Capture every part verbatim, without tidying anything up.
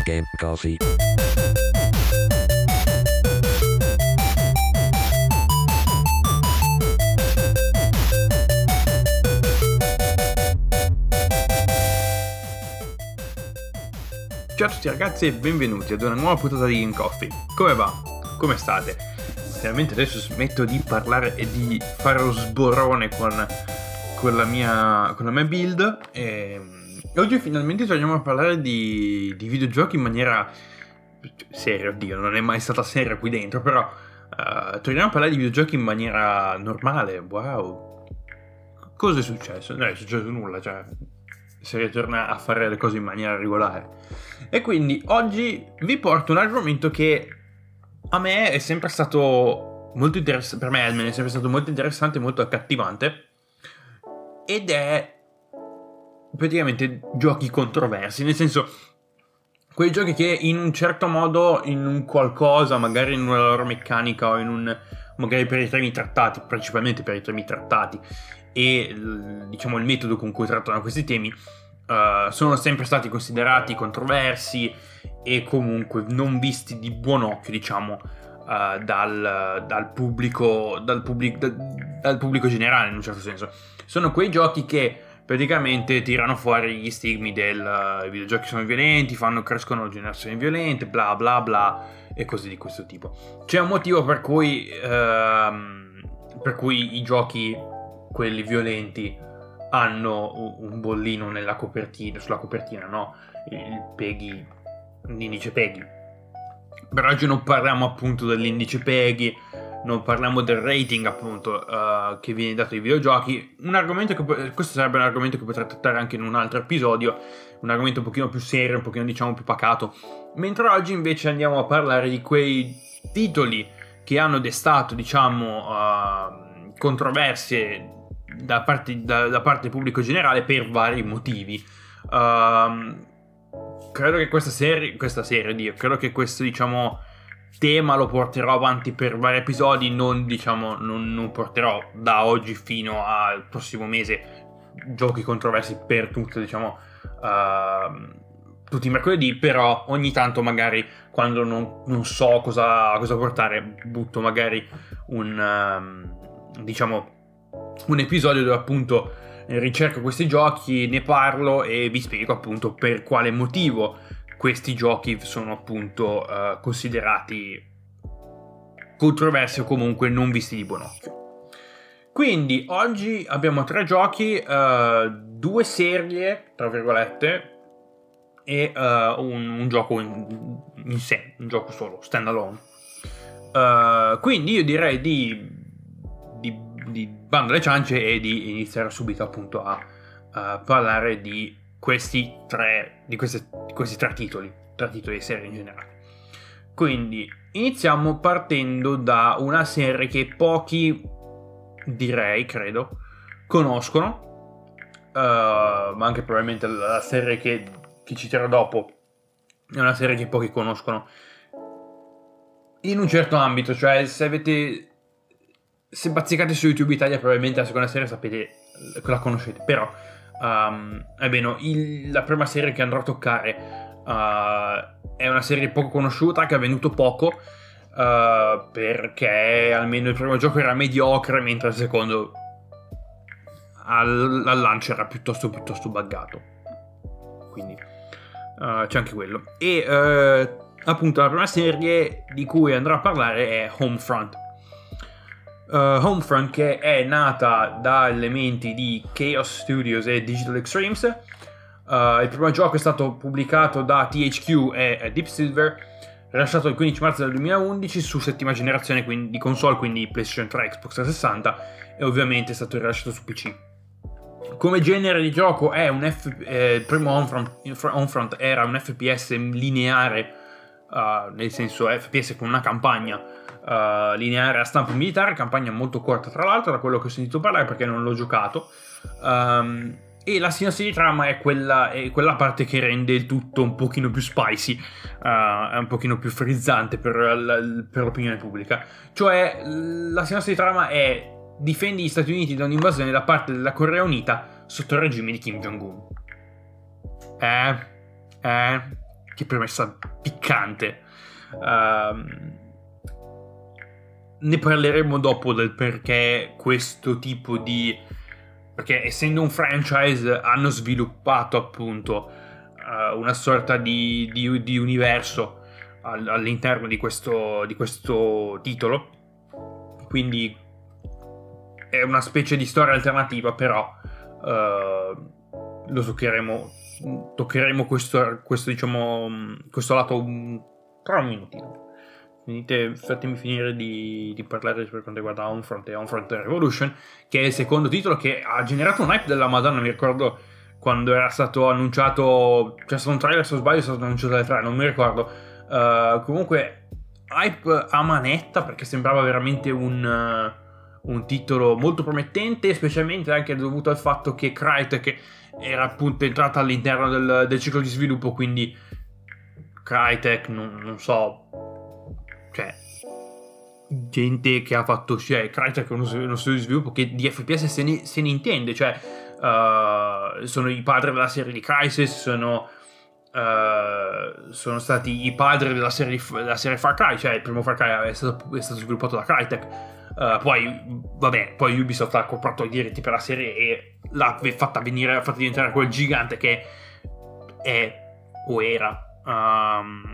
Game Coffee. Ciao a tutti ragazzi e benvenuti ad una nuova puntata di Game Coffee. Come va? Come state? Finalmente adesso smetto di parlare e di fare lo sborrone con, con, la, mia, con la mia build e oggi finalmente torniamo a parlare di, di videogiochi in maniera seria. Oddio, non è mai stata seria qui dentro, però uh, torniamo a parlare di videogiochi in maniera normale. Wow, cosa è successo? Non è successo nulla, cioè si ritorna a fare le cose in maniera regolare. E quindi oggi vi porto un argomento che a me è sempre stato molto interessante, per me almeno è sempre stato molto interessante, molto accattivante, ed è praticamente giochi controversi, nel senso quei giochi che in un certo modo, in un qualcosa, magari in una loro meccanica o in un, magari per i temi trattati, principalmente per i temi trattati e diciamo il metodo con cui trattano questi temi, uh, sono sempre stati considerati controversi e comunque non visti di buon occhio, diciamo, uh, dal, dal pubblico dal, pubblic, dal, dal pubblico generale, in un certo senso. Sono quei giochi che praticamente tirano fuori gli stigmi del uh, i videogiochi sono violenti, fanno crescono generazioni violente, bla bla bla e cose di questo tipo. C'è un motivo per cui uh, per cui i giochi, quelli violenti, hanno un bollino nella copertina, sulla copertina, no? Il PEGI, l'indice PEGI. Per oggi non parliamo appunto dell'indice PEGI, non parliamo del rating appunto uh, che viene dato ai videogiochi. Un argomento che questo sarebbe un argomento che potrei trattare anche in un altro episodio, un argomento un pochino più serio, un pochino diciamo più pacato. Mentre oggi invece andiamo a parlare di quei titoli che hanno destato diciamo uh, controversie da parte, da, da parte del pubblico generale per vari motivi. Uh, credo che questa serie, questa serie, Dio, credo che questo diciamo tema lo porterò avanti per vari episodi, non diciamo non, non porterò da oggi fino al prossimo mese giochi controversi per tutte diciamo uh, tutti i mercoledì, però ogni tanto magari quando non, non so cosa, cosa portare butto magari un um, diciamo un episodio dove appunto ricerco questi giochi, ne parlo e vi spiego appunto per quale motivo questi giochi sono appunto uh, considerati controversi o comunque non visti di buon occhio. Quindi oggi abbiamo tre giochi, uh, due serie tra virgolette e uh, un, un gioco in, in sé, un gioco solo, stand alone. Uh, quindi io direi di di di bando alle ciance e di iniziare subito appunto a, a parlare di questi tre di, queste, di questi tre titoli tre titoli di serie in generale. Quindi iniziamo partendo da una serie che pochi, direi, credo conoscono, uh, ma anche probabilmente la serie che, che citerò dopo è una serie che pochi conoscono in un certo ambito, cioè se avete se bazzicate su YouTube Italia probabilmente la seconda serie sapete che la conoscete, però um, ebbene, il, la prima serie che andrò a toccare uh, è una serie poco conosciuta che ha venduto poco uh, perché almeno il primo gioco era mediocre mentre il secondo al, al lancio era piuttosto piuttosto buggato, quindi uh, c'è anche quello. E uh, appunto la prima serie di cui andrò a parlare è Homefront. Uh, Homefront, che è nata da elementi di Chaos Studios e Digital Extremes. Uh, il primo gioco è stato pubblicato da T H Q e Deep Silver, rilasciato il quindici marzo del duemilaundici su settima generazione quindi, di console, quindi PlayStation tre, Xbox trecentosessanta, e ovviamente è stato rilasciato su P C. Come genere di gioco è un F... Eh, il primo Homefront, Homefront era un F P S lineare, uh, nel senso F P S con una campagna Uh, lineare a stampo militare, campagna molto corta tra l'altro, da quello che ho sentito parlare perché non l'ho giocato, um, e la sinossi di trama è quella, è quella parte che rende il tutto un pochino più spicy, uh, è un pochino più frizzante per, per l'opinione pubblica. Cioè la sinossi di trama è: difendi gli Stati Uniti da un'invasione da parte della Corea Unita sotto il regime di Kim Jong-un. Eh, eh che premessa piccante. Uh, ne parleremo dopo del perché questo tipo di... perché essendo un franchise hanno sviluppato appunto uh, una sorta di, di, di universo all, all'interno di questo, di questo titolo, quindi è una specie di storia alternativa, però uh, lo toccheremo toccheremo questo, questo diciamo questo lato un, tra un minutino. Finite, fatemi finire di, di parlare per quanto riguarda Homefront e Homefront Revolution, che è il secondo titolo che ha generato un hype della Madonna. Mi ricordo quando era stato annunciato, c'è stato un trailer, se non sbaglio è stato annunciato alle tre, non mi ricordo. Uh, comunque hype a manetta, perché sembrava veramente un, uh, un titolo molto promettente, specialmente anche dovuto al fatto che Crytek era appunto entrata all'interno del, del ciclo di sviluppo, quindi Crytek non, non so, cioè gente che ha fatto, cioè Crytek è uno, uno studio di sviluppo che di F P S se ne, se ne intende, cioè uh, sono i padri della serie di Crysis, sono uh, sono stati i padri della serie, della serie Far Cry, cioè il primo Far Cry è stato, è stato sviluppato da Crytek. Uh, poi vabbè, poi Ubisoft ha comprato i diritti per la serie e l'ha fatta venire, l'ha fatta diventare quel gigante che è o era um,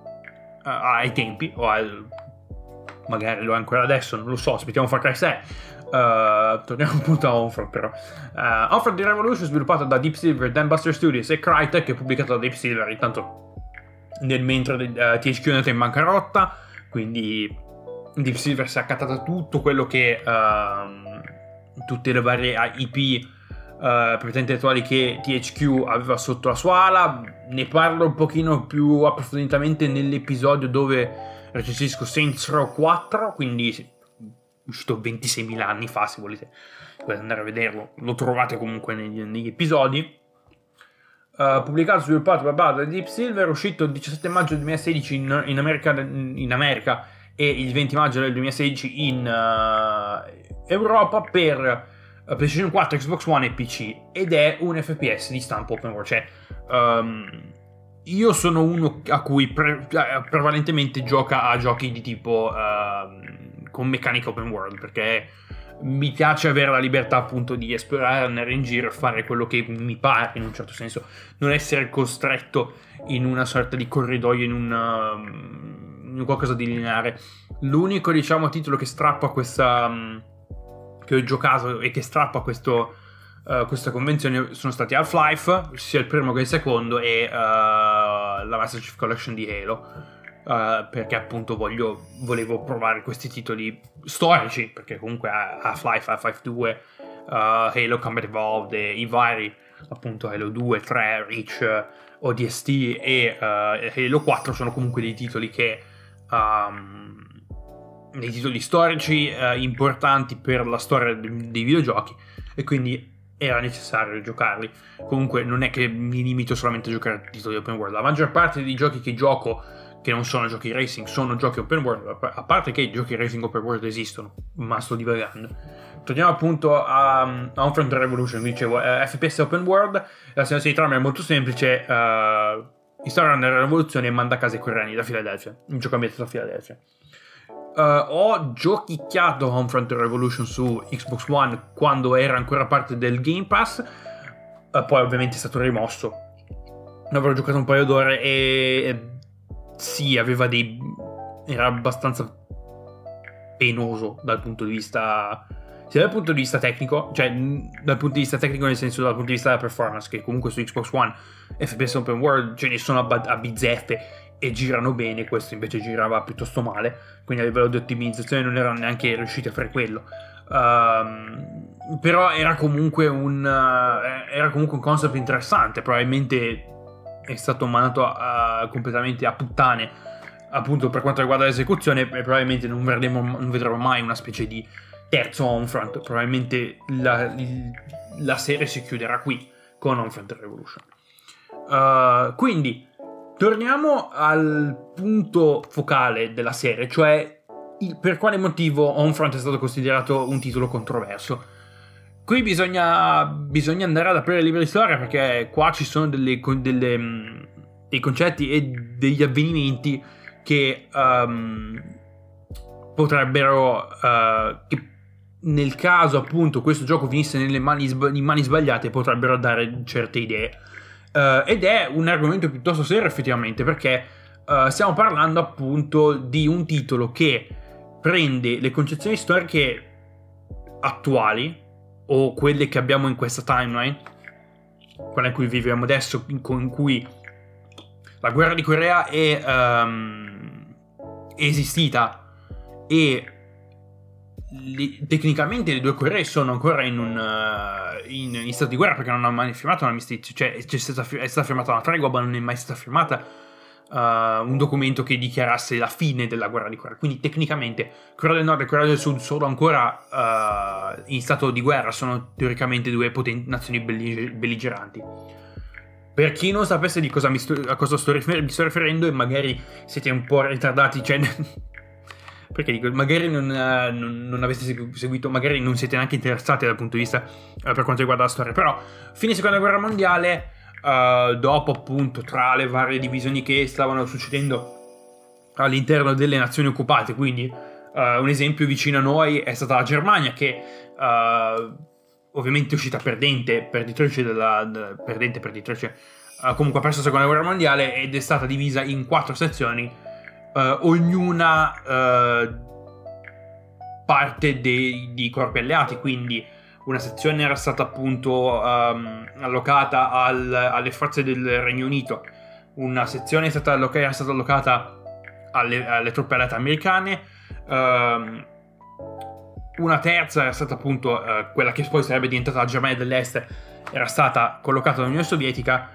ai tempi, o al, magari lo è ancora adesso, non lo so, aspettiamo Far Cry sei. Uh, torniamo appunto a Homefront, però uh, Homefront The Revolution, sviluppato da Deep Silver, Dan Buster Studios e Crytek, è pubblicato da Deep Silver. Intanto nel mentre uh, T H Q è andata in bancarotta, quindi Deep Silver si è accattata tutto quello che uh, tutte le varie I P uh, proprietà intellettuali che T H Q aveva sotto la sua ala. Ne parlo un pochino più approfonditamente nell'episodio dove recensisco Saints Row quattro, quindi uscito ventiseimila anni fa, se volete, potete andare a vederlo, lo trovate comunque negli, negli episodi. Uh, pubblicato e sviluppato da Deep Silver, uscito il diciassette maggio duemilasedici in, in, America, in America e il venti maggio del duemilasedici in uh, Europa per uh, PlayStation quattro, Xbox One e P C, ed è un F P S di stampo open world. Cioè um, io sono uno a cui pre- prevalentemente gioca a giochi di tipo uh, con meccanica open world, perché mi piace avere la libertà appunto di esplorare, andare in giro e fare quello che mi pare, in un certo senso, non essere costretto in una sorta di corridoio, in un in qualcosa di lineare. L'unico, diciamo, titolo che strappa questa che ho giocato e che strappa questo uh, questa convenzione sono stati Half-Life, sia il primo che il secondo, e uh, la Master Chief Collection di Halo. Uh, perché appunto voglio, volevo provare questi titoli storici, perché comunque Half-Life, Half-Life due, uh, Halo Combat Evolved e i vari appunto Halo due, tre, Reach, O D S T e uh, Halo quattro sono comunque dei titoli che um, dei titoli storici uh, importanti per la storia dei videogiochi, e quindi era necessario giocarli. Comunque non è che mi limito solamente a giocare a titoli open world. La maggior parte dei giochi che gioco, che non sono giochi racing, sono giochi open world, a parte che i giochi racing open world esistono, ma sto divagando. Torniamo appunto a, a Homefront Revolution. Dicevo, eh, F P S open world, la sinopsi di trama è molto semplice, uh, instaura nella rivoluzione e manda a casa i coreani da Filadelfia, un gioco ambientato a Filadelfia. Uh, ho giochicchiato Homefront Revolution su Xbox One quando era ancora parte del Game Pass, uh, poi ovviamente è stato rimosso. L'avrò giocato un paio d'ore e sì, aveva dei... era abbastanza penoso dal punto di vista, sia dal punto di vista tecnico, cioè dal punto di vista tecnico nel senso dal punto di vista della performance, che comunque su Xbox One F P S open world ce ne sono a, a bizzeffe e girano bene, questo invece girava piuttosto male, quindi a livello di ottimizzazione non erano neanche riusciti a fare quello. Um, però era comunque un uh, era comunque un concept interessante. Probabilmente è stato mandato a, completamente a puttane appunto per quanto riguarda l'esecuzione, e probabilmente non vedremo, non vedremo mai una specie di terzo Homefront. Probabilmente la, la serie si chiuderà qui con Homefront Revolution. Uh, quindi torniamo al punto focale della serie, cioè il, per quale motivo Homefront è stato considerato un titolo controverso. Qui bisogna, bisogna andare ad aprire libri di storia, perché qua ci sono delle, delle, dei concetti e degli avvenimenti che um, potrebbero, uh, che nel caso appunto questo gioco finisse nelle mani, sb- in mani sbagliate, potrebbero dare certe idee. Uh, ed è un argomento piuttosto serio effettivamente, perché uh, stiamo parlando appunto di un titolo che prende le concezioni storiche attuali, o quelle che abbiamo in questa timeline, quella in cui viviamo adesso, in cui la guerra di Corea è, um, è esistita e le, tecnicamente le due Coree sono ancora in, un, uh, in, in stato di guerra, perché non hanno mai firmato un armistizio, cioè c'è stata, è stata firmata una tregua ma non è mai stata firmata Uh, un documento che dichiarasse la fine della guerra di Corea. Quindi tecnicamente Corea del Nord e Corea del Sud sono ancora uh, in stato di guerra, sono teoricamente due potenti nazioni bellig- belligeranti. Per chi non sapesse di cosa mi sto, a cosa sto rifer- mi sto riferendo, e magari siete un po' ritardati, cioè perché dico, magari non, uh, non, non aveste seguito, magari non siete neanche interessati dal punto di vista uh, per quanto riguarda la storia, però fine seconda guerra mondiale, Uh, dopo appunto tra le varie divisioni che stavano succedendo all'interno delle nazioni occupate, quindi uh, un esempio vicino a noi è stata la Germania, che uh, ovviamente è uscita perdente, perditrice della, de, perdente, perditrice, uh, comunque ha perso la seconda guerra mondiale ed è stata divisa in quattro sezioni, uh, ognuna uh, parte dei, di corpi alleati, quindi una sezione era stata appunto um, allocata al, alle forze del Regno Unito, una sezione è stata allocata, era stata allocata alle, alle truppe alleate americane, um, una terza era stata appunto uh, quella che poi sarebbe diventata la Germania dell'Est, era stata collocata dall'Unione Sovietica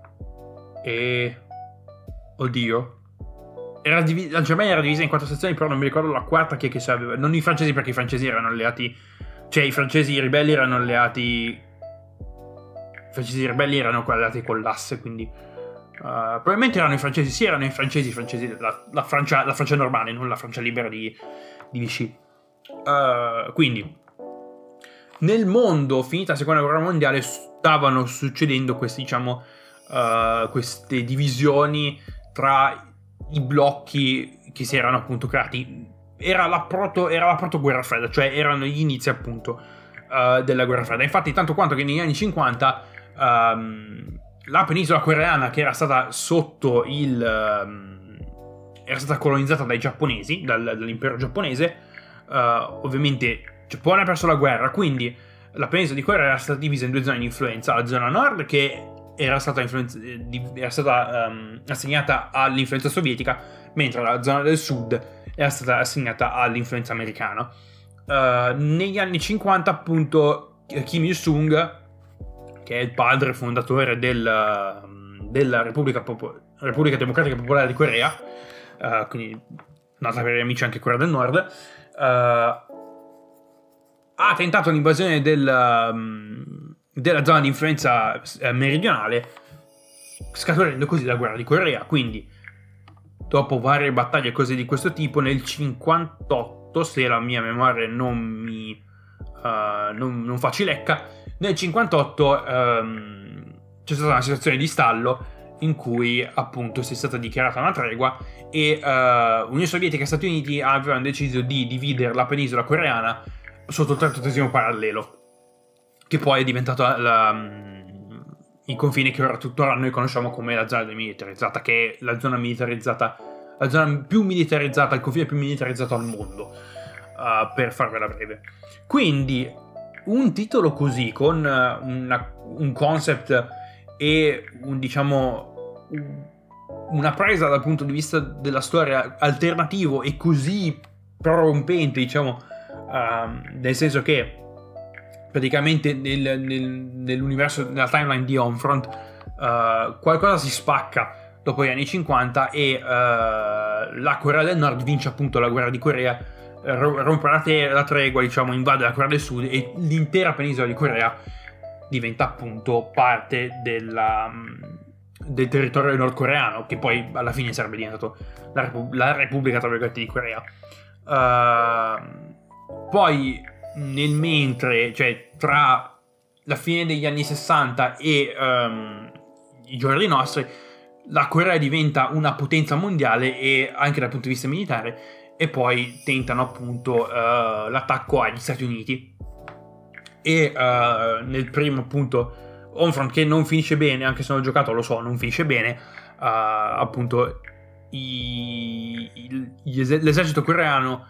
e... oddio... Era div- la Germania era divisa in quattro sezioni, però non mi ricordo la quarta che, che aveva. Non i francesi, perché i francesi erano alleati. Cioè, i francesi ribelli erano alleati. I francesi ribelli erano alleati con l'Asse, quindi. Uh, probabilmente erano i francesi. Sì, erano i francesi, i francesi. La, la, Francia, la Francia normale, non la Francia libera di, di Vichy. Uh, quindi. Nel mondo, finita la seconda guerra mondiale, stavano succedendo questi, diciamo. Uh, queste divisioni tra i blocchi che si erano appunto creati. Era la proto, era la proto guerra fredda, cioè erano gli inizi appunto uh, della guerra fredda. Infatti, tanto quanto che negli anni cinquanta um, la penisola coreana, che era stata sotto il um, era stata colonizzata dai giapponesi, dal, dall'impero giapponese, uh, ovviamente il Giappone ha perso la guerra, quindi la penisola di Corea era stata divisa in due zone di influenza: la zona nord, che era stata, influenza, era stata um, assegnata all'influenza sovietica, mentre la zona del sud era stata assegnata all'influenza americana. Uh, negli anni cinquanta appunto Kim Il-sung, che è il padre fondatore del, della Repubblica, Popo- Repubblica Democratica Popolare di Corea, uh, quindi nota per gli amici anche Corea del Nord, uh, ha tentato l'invasione del... Um, della zona di influenza meridionale, scaturendo così la guerra di Corea. Quindi, dopo varie battaglie e cose di questo tipo, nel cinquantotto, se la mia memoria non mi uh, non, non fa cilecca, nel cinquantotto um, c'è stata una situazione di stallo in cui appunto si è stata dichiarata una tregua e uh, Unione Sovietica e Stati Uniti avevano deciso di dividere la penisola coreana sotto il trentottesimo parallelo, che poi è diventato la, um, il confine che ora tuttora noi conosciamo come la zona demilitarizzata, che è la zona militarizzata, la zona più militarizzata, il confine più militarizzato al mondo, uh, per farvela breve. Quindi un titolo così, con uh, una, un concept e un, diciamo, una presa dal punto di vista della storia alternativo e così prorompente, diciamo, uh, nel senso che praticamente nel, nel, nell'universo, nella timeline di Homefront, uh, qualcosa si spacca dopo gli anni cinquanta e uh, la Corea del Nord vince appunto la guerra di Corea, rompe la, te- la tregua, diciamo, invade la Corea del Sud e l'intera penisola di Corea diventa appunto parte della, del territorio nordcoreano, che poi alla fine sarebbe diventato la, Repu- la Repubblica, tra virgolette, di Corea. Uh, poi nel mentre, cioè tra la fine degli anni sessanta e um, i giorni nostri, la Corea diventa una potenza mondiale e anche dal punto di vista militare, e poi tentano appunto uh, l'attacco agli Stati Uniti. E uh, nel primo appunto Homefront, che non finisce bene, anche se non ho giocato lo so, non finisce bene, uh, appunto i, il, l'esercito coreano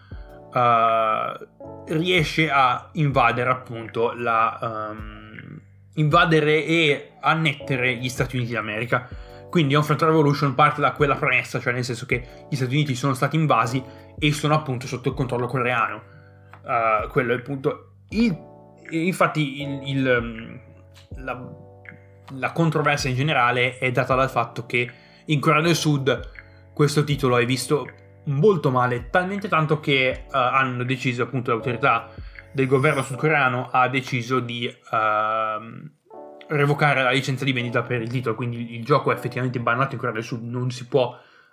uh, riesce a invadere appunto la um, invadere e annettere gli Stati Uniti d'America. Quindi Homefront Revolution parte da quella premessa, cioè nel senso che gli Stati Uniti sono stati invasi e sono appunto sotto il controllo coreano. Uh, quello è il punto. Il, infatti il, il, la, la controversia in generale è data dal fatto che in Corea del Sud questo titolo è visto molto male, talmente tanto che uh, hanno deciso, appunto, l'autorità del governo sudcoreano ha deciso di uh, revocare la licenza di vendita per il titolo, quindi il gioco è effettivamente bannato in Corea del Sud, non si può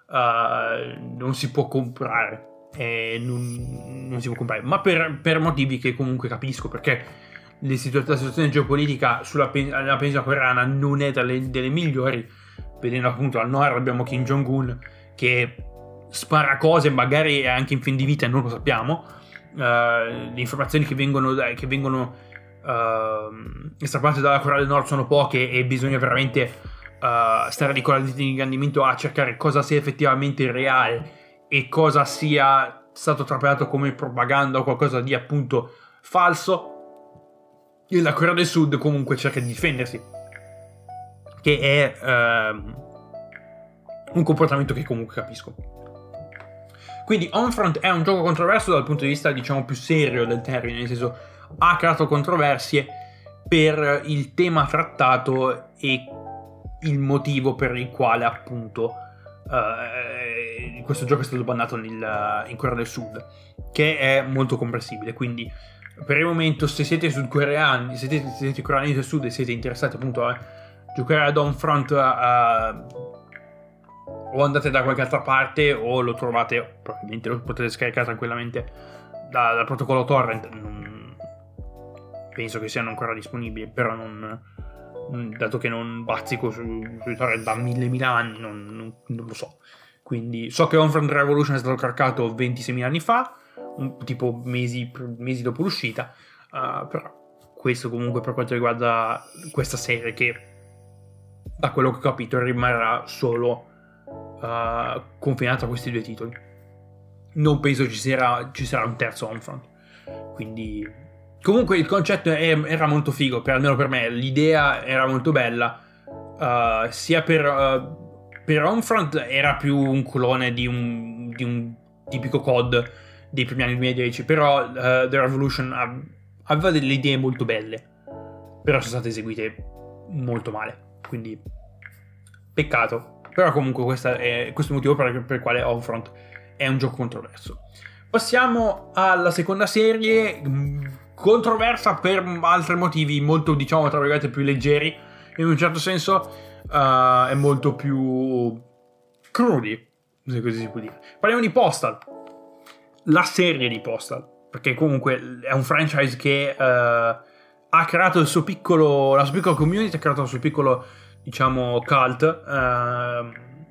uh, non si può comprare, eh, non, non si può comprare, ma per, per motivi che comunque capisco, perché la situazione geopolitica sulla pen- penisola coreana non è dalle, delle migliori, vedendo appunto al nord abbiamo Kim Jong-un che spara cose, magari anche in fin di vita, non lo sappiamo. Uh, le informazioni che vengono, che vengono uh, estrapolate dalla Corea del Nord sono poche e bisogna veramente uh, stare di con la dita di ingrandimento a cercare cosa sia effettivamente reale e cosa sia stato trapelato come propaganda o qualcosa di appunto falso. E la Corea del Sud comunque cerca di difendersi, che è uh, un comportamento che comunque capisco. Quindi Homefront è un gioco controverso dal punto di vista, diciamo, più serio del termine, nel senso ha creato controversie per il tema trattato e il motivo per il quale appunto uh, questo gioco è stato bannato nel, in Corea del Sud, che è molto comprensibile. Quindi per il momento, se siete sudcoreani, se siete, se siete coreani del Sud e siete interessati appunto a giocare ad Homefront, uh, o andate da qualche altra parte o lo trovate, probabilmente lo potete scaricare tranquillamente da, dal protocollo torrent. Non, penso che siano ancora disponibili, però non, dato che non bazzico su, sui torrent da mille mila anni, non, non, non lo so. Quindi so che Homefront Revolution è stato caricato ventiseimila anni fa, un, tipo mesi, mesi dopo l'uscita, uh, però questo comunque per quanto riguarda questa serie, che da quello che ho capito rimarrà solo Uh, confinato a questi due titoli. Non penso ci sarà, ci sarà un terzo Homefront. Quindi comunque il concetto è, era molto figo, per, almeno per me l'idea era molto bella, uh, sia per uh, per Homefront era più un clone di un, di un tipico C O D dei primi anni duemiladieci, però uh, The Revolution aveva delle idee molto belle, però sono state eseguite molto male, quindi peccato. Però comunque questo è questo è il motivo per, per il quale Homefront è un gioco controverso. Passiamo alla seconda serie, controversa per altri motivi molto, diciamo, tra virgolette, più leggeri, in un certo senso, uh, è molto più crudi, se così si può dire. Parliamo di Postal, la serie di Postal, perché comunque è un franchise che uh, ha creato il suo piccolo, la sua piccola community, ha creato il suo piccolo, diciamo, cult, uh,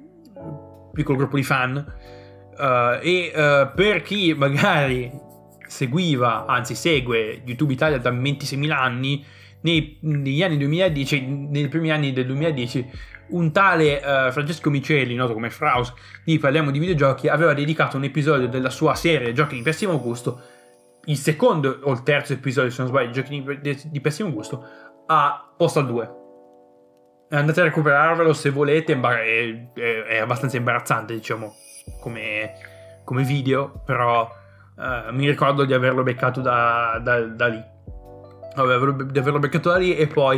piccolo gruppo di fan, uh, e uh, per chi magari seguiva, anzi segue YouTube Italia da ventiseimila anni, nei, negli anni duemiladieci, nei primi anni del duemiladieci, un tale uh, Francesco Miceli, noto come Fraus, di Parliamo di Videogiochi, aveva dedicato un episodio della sua serie Giochi di pessimo gusto, il secondo o il terzo episodio, se non sbaglio, Giochi di, di pessimo gusto, a Postal due. Andate a recuperarvelo se volete, è, è, è abbastanza imbarazzante, diciamo, come, come video, però uh, mi ricordo di averlo beccato da, da, da lì. Vabbè, di averlo beccato da lì e poi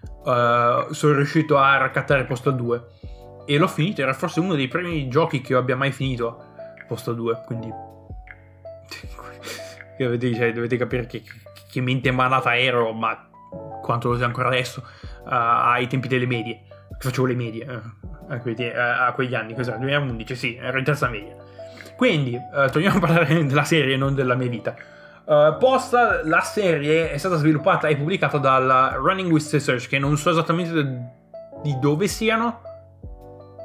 uh, sono riuscito a raccattare Postal due e l'ho finito. Era forse uno dei primi giochi che io abbia mai finito, Postal due, quindi dovete, cioè, dovete capire che, che mente malata ero, ma quanto lo sia ancora adesso, uh, ai tempi delle medie, facevo le medie uh, a, quei, uh, a quegli anni, cos'era? duemilaundici, sì, ero in terza media. Quindi uh, torniamo a parlare della serie, non della mia vita. uh, Postal, la serie è stata sviluppata e pubblicata dalla Running with Scissors, che non so esattamente di dove siano,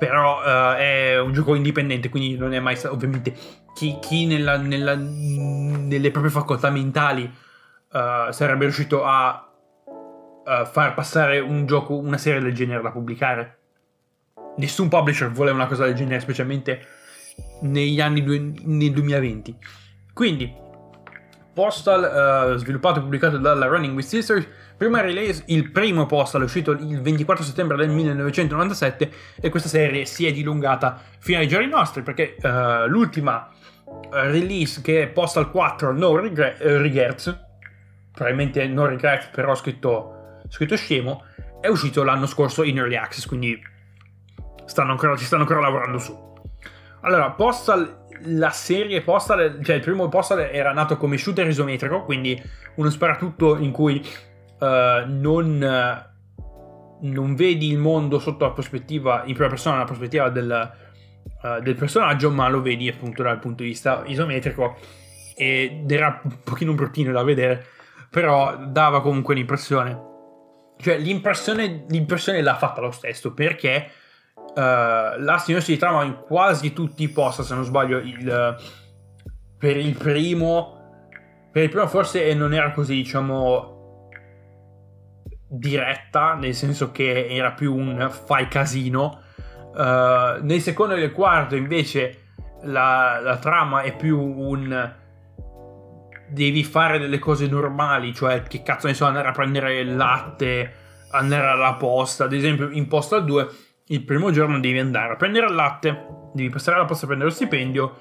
però uh, è un gioco indipendente, quindi non è mai stato, ovviamente chi, chi nella, nella, nelle proprie facoltà mentali uh, sarebbe riuscito a uh, far passare un gioco, una serie del genere da pubblicare. Nessun publisher vuole una cosa del genere, specialmente negli anni due, nel duemilaventi. Quindi Postal, uh, sviluppato e pubblicato dalla Running with Scissors, prima release, il primo Postal è uscito il ventiquattro settembre del millenovecentonovantasette, e questa serie si è dilungata fino ai giorni nostri, perché uh, l'ultima release, che è Postal quattro No Regret, uh, Regrets, probabilmente No Regrets però scritto, scritto scemo, è uscito l'anno scorso in Early Access, quindi stanno ancora, ci stanno ancora lavorando su. Allora, Postal, la serie Postal, cioè il primo Postal era nato come shooter isometrico, quindi uno sparatutto in cui uh, non, uh, non vedi il mondo sotto la prospettiva, in prima persona, la prospettiva del, uh, del personaggio, ma lo vedi appunto dal punto di vista isometrico, ed era un pochino bruttino da vedere, però dava comunque l'impressione, cioè l'impressione, l'impressione l'ha fatta lo stesso, perché Uh, la signora si trova in quasi tutti i post, se non sbaglio. Il, per il primo per il primo forse non era così, diciamo, diretta, nel senso che era più un fai casino. Uh, nel secondo e nel quarto invece la, la trama è più un devi fare delle cose normali, cioè che cazzo ne so, andare a prendere il latte, andare alla posta. Ad esempio in Postal due il primo giorno devi andare a prendere il latte, devi passare alla posta a prendere lo stipendio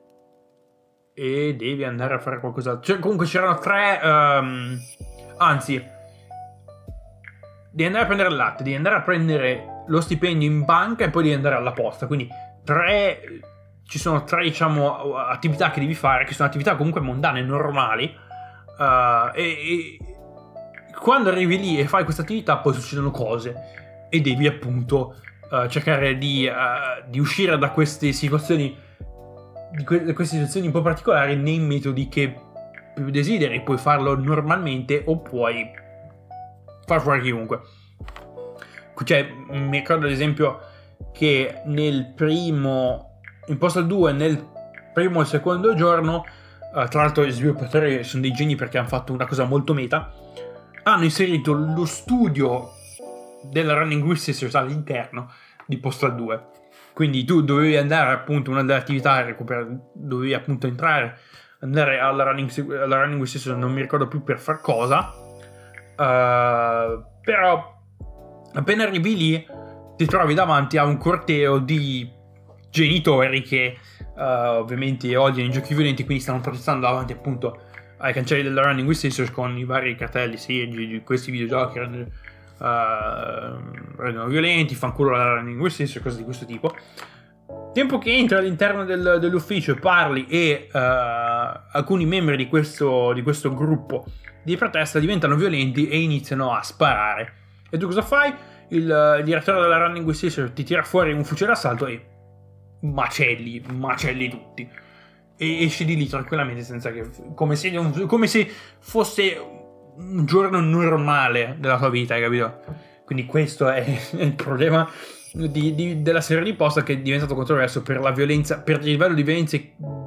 e devi andare a fare qualcos'altro. Cioè, comunque c'erano tre um, anzi devi andare a prendere il latte, devi andare a prendere lo stipendio in banca e poi devi andare alla posta. Quindi tre ci sono tre, diciamo, attività che devi fare, che sono attività comunque mondane, normali, uh, e, e quando arrivi lì e fai questa attività poi succedono cose e devi appunto Uh, cercare di, uh, di uscire da queste situazioni, di que- queste situazioni un po' particolari, nei metodi che più desideri. Puoi farlo normalmente o puoi far fuori chiunque. Cioè, mi ricordo ad esempio che nel primo in Postal due, nel primo e secondo giorno, uh, tra l'altro gli sviluppatori sono dei geni perché hanno fatto una cosa molto meta, hanno inserito lo studio della Running with Scissors all'interno di Postal due. Quindi tu dovevi andare appunto, una delle attività recuperare, dovevi appunto entrare, andare alla Running, alla running with Scissors, non mi ricordo più per far cosa, uh, però appena arrivi lì ti trovi davanti a un corteo di genitori che uh, ovviamente odiano i giochi violenti, quindi stanno protestando davanti appunto ai cancelli della Running with Scissors con i vari cartelli, sì, di questi videogiochi Uh, rendono violenti, fanculo la Running with Scissors, cose di questo tipo. Tempo che entri all'interno del, dell'ufficio e parli, e uh, alcuni membri di questo, di questo gruppo di protesta diventano violenti e iniziano a sparare. E tu cosa fai? Il, il direttore della Running with Scissors ti tira fuori un fucile d'assalto e macelli, macelli tutti, e esci di lì tranquillamente, senza che, come se, come se fosse un giorno normale della tua vita, hai capito? Quindi questo è il problema di, di, della serie di Postal, che è diventato controverso per la violenza, per il livello di violenza,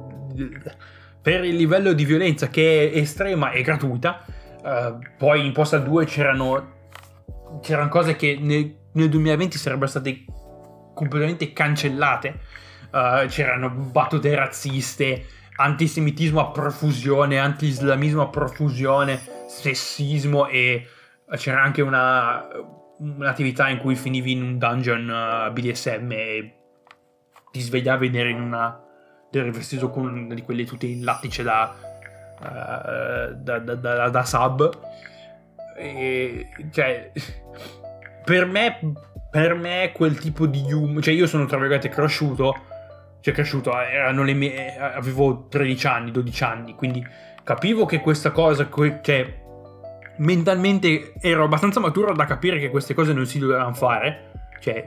per il livello di violenza che è estrema e gratuita. Uh, poi in Postal due c'erano c'erano cose che nel, nel duemilaventi sarebbero state completamente cancellate. Uh, c'erano battute razziste, antisemitismo a profusione, anti-islamismo a profusione, sessismo, e c'era anche una un'attività in cui finivi in un dungeon uh, B D S M e ti svegliavi ed eri in una eri vestito con una di quelle tute in lattice da uh, da, da, da, da sub, e cioè per me per me quel tipo di humor, cioè io sono tra virgolette cresciuto cioè cresciuto erano le mie, avevo tredici anni, dodici anni, quindi capivo che questa cosa, cioè mentalmente ero abbastanza maturo da capire che queste cose non si dovevano fare, cioè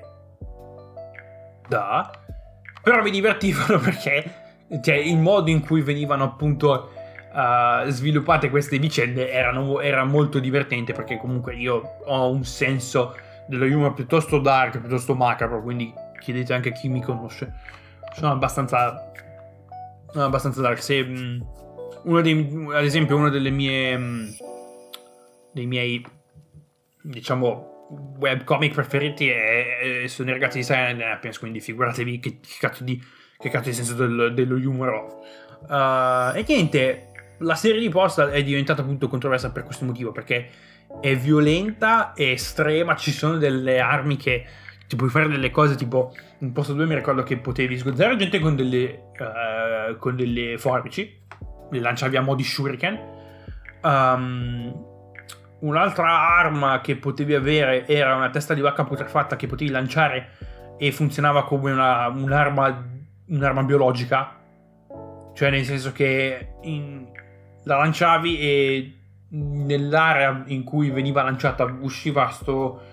da però mi divertivano perché, cioè, il modo in cui venivano appunto uh, sviluppate queste vicende erano, era molto divertente, perché comunque io ho un senso dello humor piuttosto dark, piuttosto macabro, quindi chiedete anche a chi mi conosce, sono abbastanza sono abbastanza dark. Se mh, uno dei, ad esempio uno delle mie mh, dei miei diciamo webcomic preferiti è, è, sono i ragazzi di Silent Appians, quindi figuratevi che, che cazzo di che cazzo di senso del, dello humor. Uh, e niente, la serie di Postal è diventata appunto controversa per questo motivo, perché è violenta, è estrema, ci sono delle armi che ti puoi fare delle cose tipo in Postal due mi ricordo che potevi sgozzare gente con delle uh, con delle forbici, le lanciavi a mo' di shuriken. um, un'altra arma che potevi avere era una testa di vacca putrefatta che potevi lanciare e funzionava come una, un'arma un'arma biologica, cioè nel senso che in, la lanciavi e nell'area in cui veniva lanciata usciva sto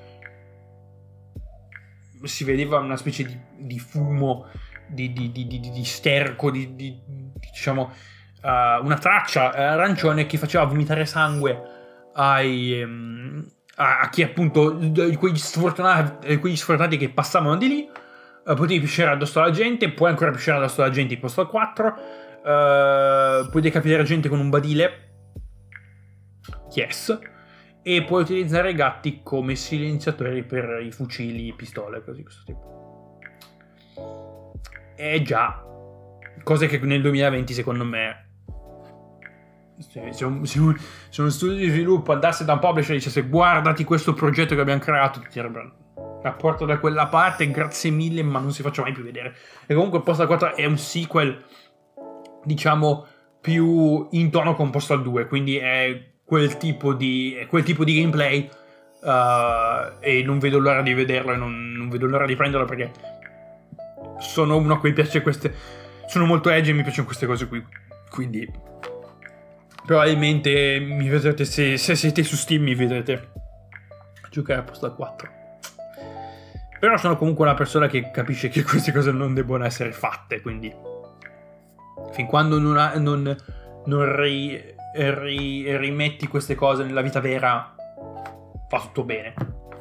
si vedeva una specie di, di fumo di, di, di, di, di sterco di, di, diciamo uh, una traccia arancione che faceva vomitare sangue ai um, a, a chi appunto quegli sfortunati quegli sfortunati che passavano di lì. Uh, potevi pisciare addosso alla gente, puoi ancora pisciare addosso alla gente in Postal quattro. Uh, puoi decapitare gente con un badile, yes, e puoi utilizzare i gatti come silenziatori per i fucili, pistole, così questo tipo. E già, cose che nel duemilaventi secondo me, se, se, un, se, un, se uno studio di sviluppo andasse da un publisher e dicesse guardati questo progetto che abbiamo creato, ti direbbero la porto da quella parte, grazie mille, ma non si faccia mai più vedere. E comunque Postal quattro è un sequel, diciamo, più in tono con Postal due, quindi è quel tipo di, è quel tipo di gameplay, uh, e non vedo l'ora di vederlo e non, non vedo l'ora di prenderlo, perché sono uno a cui piace queste, sono molto edgy e mi piacciono queste cose qui, quindi probabilmente mi vedrete, se, se siete su Steam mi vedrete giocare a Postal quattro. Però sono comunque una persona che capisce che queste cose non debbono essere fatte, quindi fin quando non, ha, non, non ri, ri, rimetti queste cose nella vita vera fa tutto bene.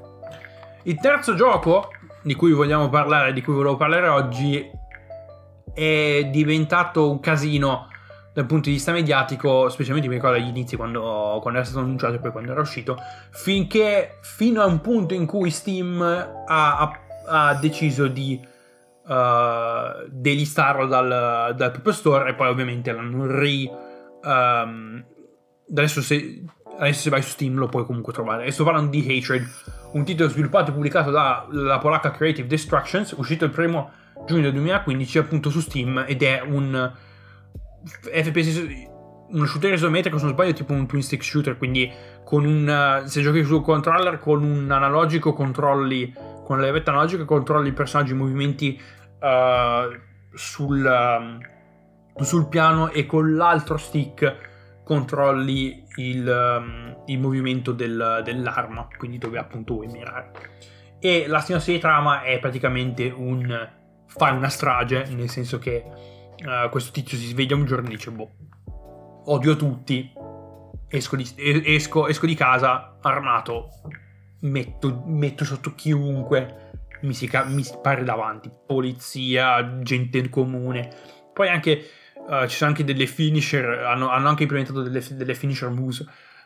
Il terzo gioco di cui vogliamo parlare, di cui volevo parlare oggi, è diventato un casino dal punto di vista mediatico, specialmente mi ricordo agli inizi quando, quando era stato annunciato e poi quando era uscito, finché fino a un punto in cui Steam ha, ha, ha deciso di uh, delistarlo dal, dal proprio store, e poi ovviamente l'hanno ri um, adesso se, adesso se vai su Steam lo puoi comunque trovare. E sto parlando di Hatred, un titolo sviluppato e pubblicato dalla polacca Creative Destructions, uscito il primo giugno duemilaquindici appunto su Steam, ed è un F P S, uno shooter isometrico, se non sbaglio, tipo un twin stick shooter, quindi con un, se giochi sul controller con un analogico controlli, con la levetta analogica controlli i personaggi in movimenti uh, sul, uh, sul piano, e con l'altro stick controlli il, um, il movimento del, dell'arma, quindi dove appunto vuoi mirare. E la sinossi di trama è praticamente un fai una strage, nel senso che Uh, questo tizio si sveglia un giorno e dice boh, odio tutti, esco di, esco, esco di casa armato, metto, metto sotto chiunque mi si, mi si pare davanti, polizia, gente comune. Poi anche uh, ci sono anche delle finisher, hanno, hanno anche implementato delle, delle finisher moves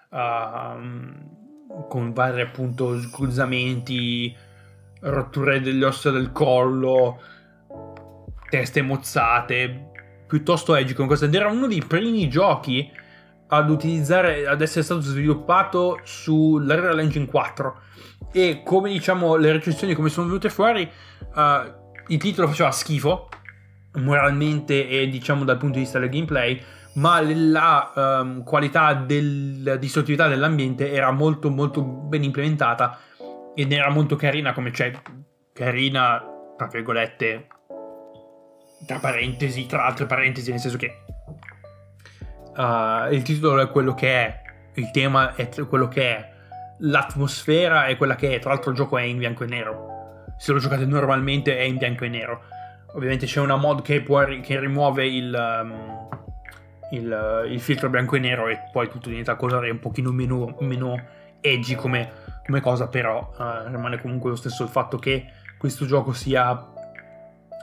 uh, con vari appunto sgruzzamenti, rotture delle ossa del collo, teste mozzate, piuttosto edgy con questo. Ed era uno dei primi giochi ad utilizzare, ad essere stato sviluppato sull'Unreal Engine quattro, e come diciamo le recensioni come sono venute fuori, uh, il titolo faceva schifo moralmente e diciamo dal punto di vista del gameplay, ma la um, qualità della distruttività dell'ambiente era molto molto ben implementata ed era molto carina, come c'è, carina tra virgolette, tra parentesi, tra altre parentesi, nel senso che uh, il titolo è quello che è, il tema è quello che è, l'atmosfera è quella che è. Tra l'altro il gioco è in bianco e nero, se lo giocate normalmente è in bianco e nero. Ovviamente c'è una mod che, può, che rimuove il, um, il, il filtro bianco e nero, e poi tutto diventa colore un pochino meno, meno edgy come, come cosa, però uh, rimane comunque lo stesso il fatto che questo gioco sia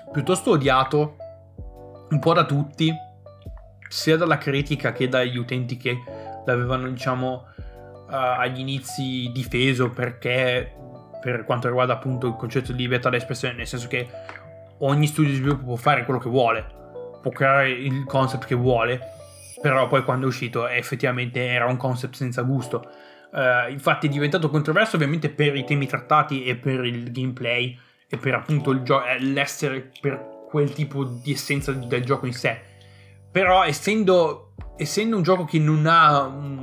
piuttosto odiato un po' da tutti, sia dalla critica che dagli utenti che l'avevano, diciamo, uh, agli inizi difeso, perché per quanto riguarda appunto il concetto di libertà d'espressione, nel senso che ogni studio di sviluppo può fare quello che vuole, può creare il concept che vuole, però poi quando è uscito effettivamente era un concept senza gusto. Uh, infatti è diventato controverso ovviamente per i temi trattati e per il gameplay e per appunto il gio- l'essere per quel tipo di essenza del gioco in sé. Però essendo, essendo un gioco che non ha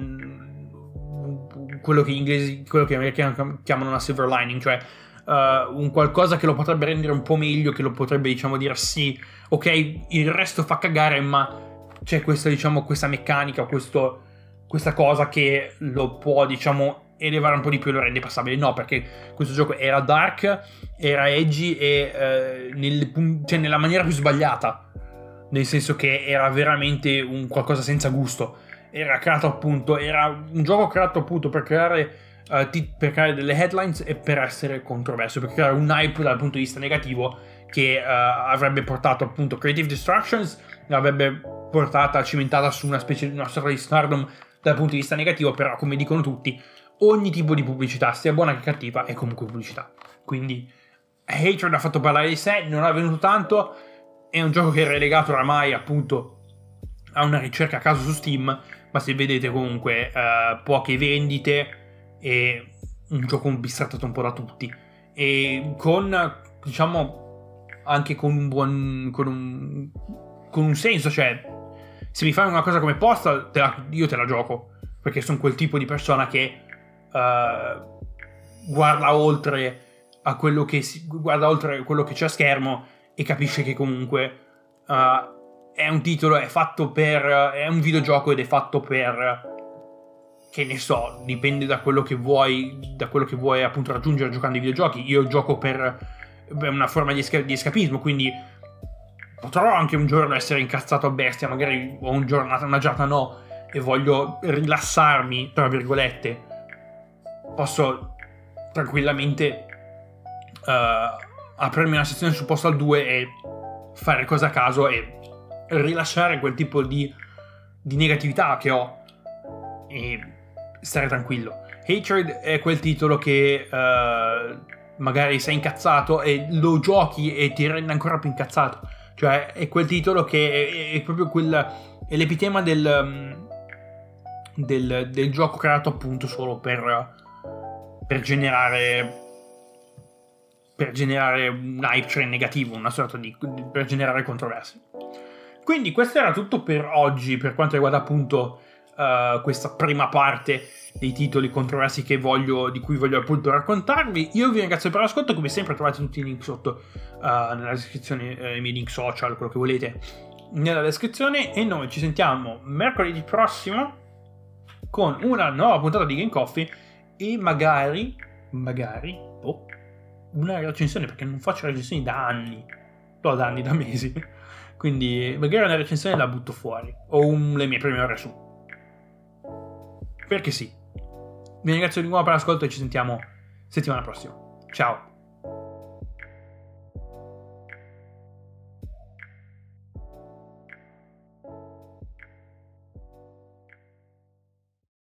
um, quello che gli inglesi, quello che gli americani chiamano una silver lining, cioè uh, un qualcosa che lo potrebbe rendere un po' meglio, che lo potrebbe, diciamo, dire sì, ok, il resto fa cagare, ma c'è questa, diciamo, questa meccanica, questo, questa cosa che lo può, diciamo, elevare un po' di più e lo rende passabile. No, perché questo gioco era dark, era edgy e eh, nel, cioè nella maniera più sbagliata, nel senso che era veramente un qualcosa senza gusto. Era creato appunto, era un gioco creato appunto per creare, uh, t- per creare delle headlines e per essere controverso, per creare un hype dal punto di vista negativo che uh, avrebbe portato appunto Creative Destructions, l'avrebbe portata cimentata su una specie di una sorta di stardom dal punto di vista negativo. Però, come dicono tutti, ogni tipo di pubblicità, sia buona che cattiva, è comunque pubblicità. Quindi Hatred ha fatto parlare di sé, non ha venuto tanto, è un gioco che è relegato oramai appunto a una ricerca a caso su Steam, ma se vedete comunque uh, poche vendite e un gioco bistrattato un po' da tutti, e con, diciamo, anche con un buon con un, con un senso, cioè se mi fai una cosa come Postal, te la, io te la gioco, perché sono quel tipo di persona che uh, guarda oltre a quello che si, guarda oltre quello che c'è a schermo e capisce che comunque uh, è un titolo, è fatto per, è un videogioco ed è fatto per, che ne so, dipende da quello che vuoi, da quello che vuoi appunto raggiungere giocando ai videogiochi. Io gioco per, per una forma di, esca- di escapismo, quindi potrò anche un giorno essere incazzato a bestia, magari ho un giornata, una giornata no, e voglio rilassarmi, tra virgolette. Posso tranquillamente uh, aprirmi una sezione su Postal due e fare cose a caso e rilasciare quel tipo di, di negatività che ho e stare tranquillo. Hatred è quel titolo che uh, magari sei incazzato e lo giochi e ti rende ancora più incazzato. Cioè è quel titolo che è, è proprio quel, è l'epitema del, del, del gioco creato appunto solo per, per generare per generare un hype train negativo, una sorta di, per generare controversie. Quindi questo era tutto per oggi per quanto riguarda appunto uh, questa prima parte dei titoli controversi che voglio, di cui voglio appunto raccontarvi. Io vi ringrazio per l'ascolto, come sempre trovate tutti i link sotto uh, nella descrizione, eh, i miei link social, quello che volete nella descrizione, e noi ci sentiamo mercoledì prossimo con una nuova puntata di Game Coffee e magari magari oh, una recensione, perché non faccio recensioni da anni, no, da anni, da mesi, quindi magari una recensione la butto fuori, o un, le mie prime ore su, perché sì. Vi ringrazio di nuovo per l'ascolto e ci sentiamo settimana prossima. Ciao.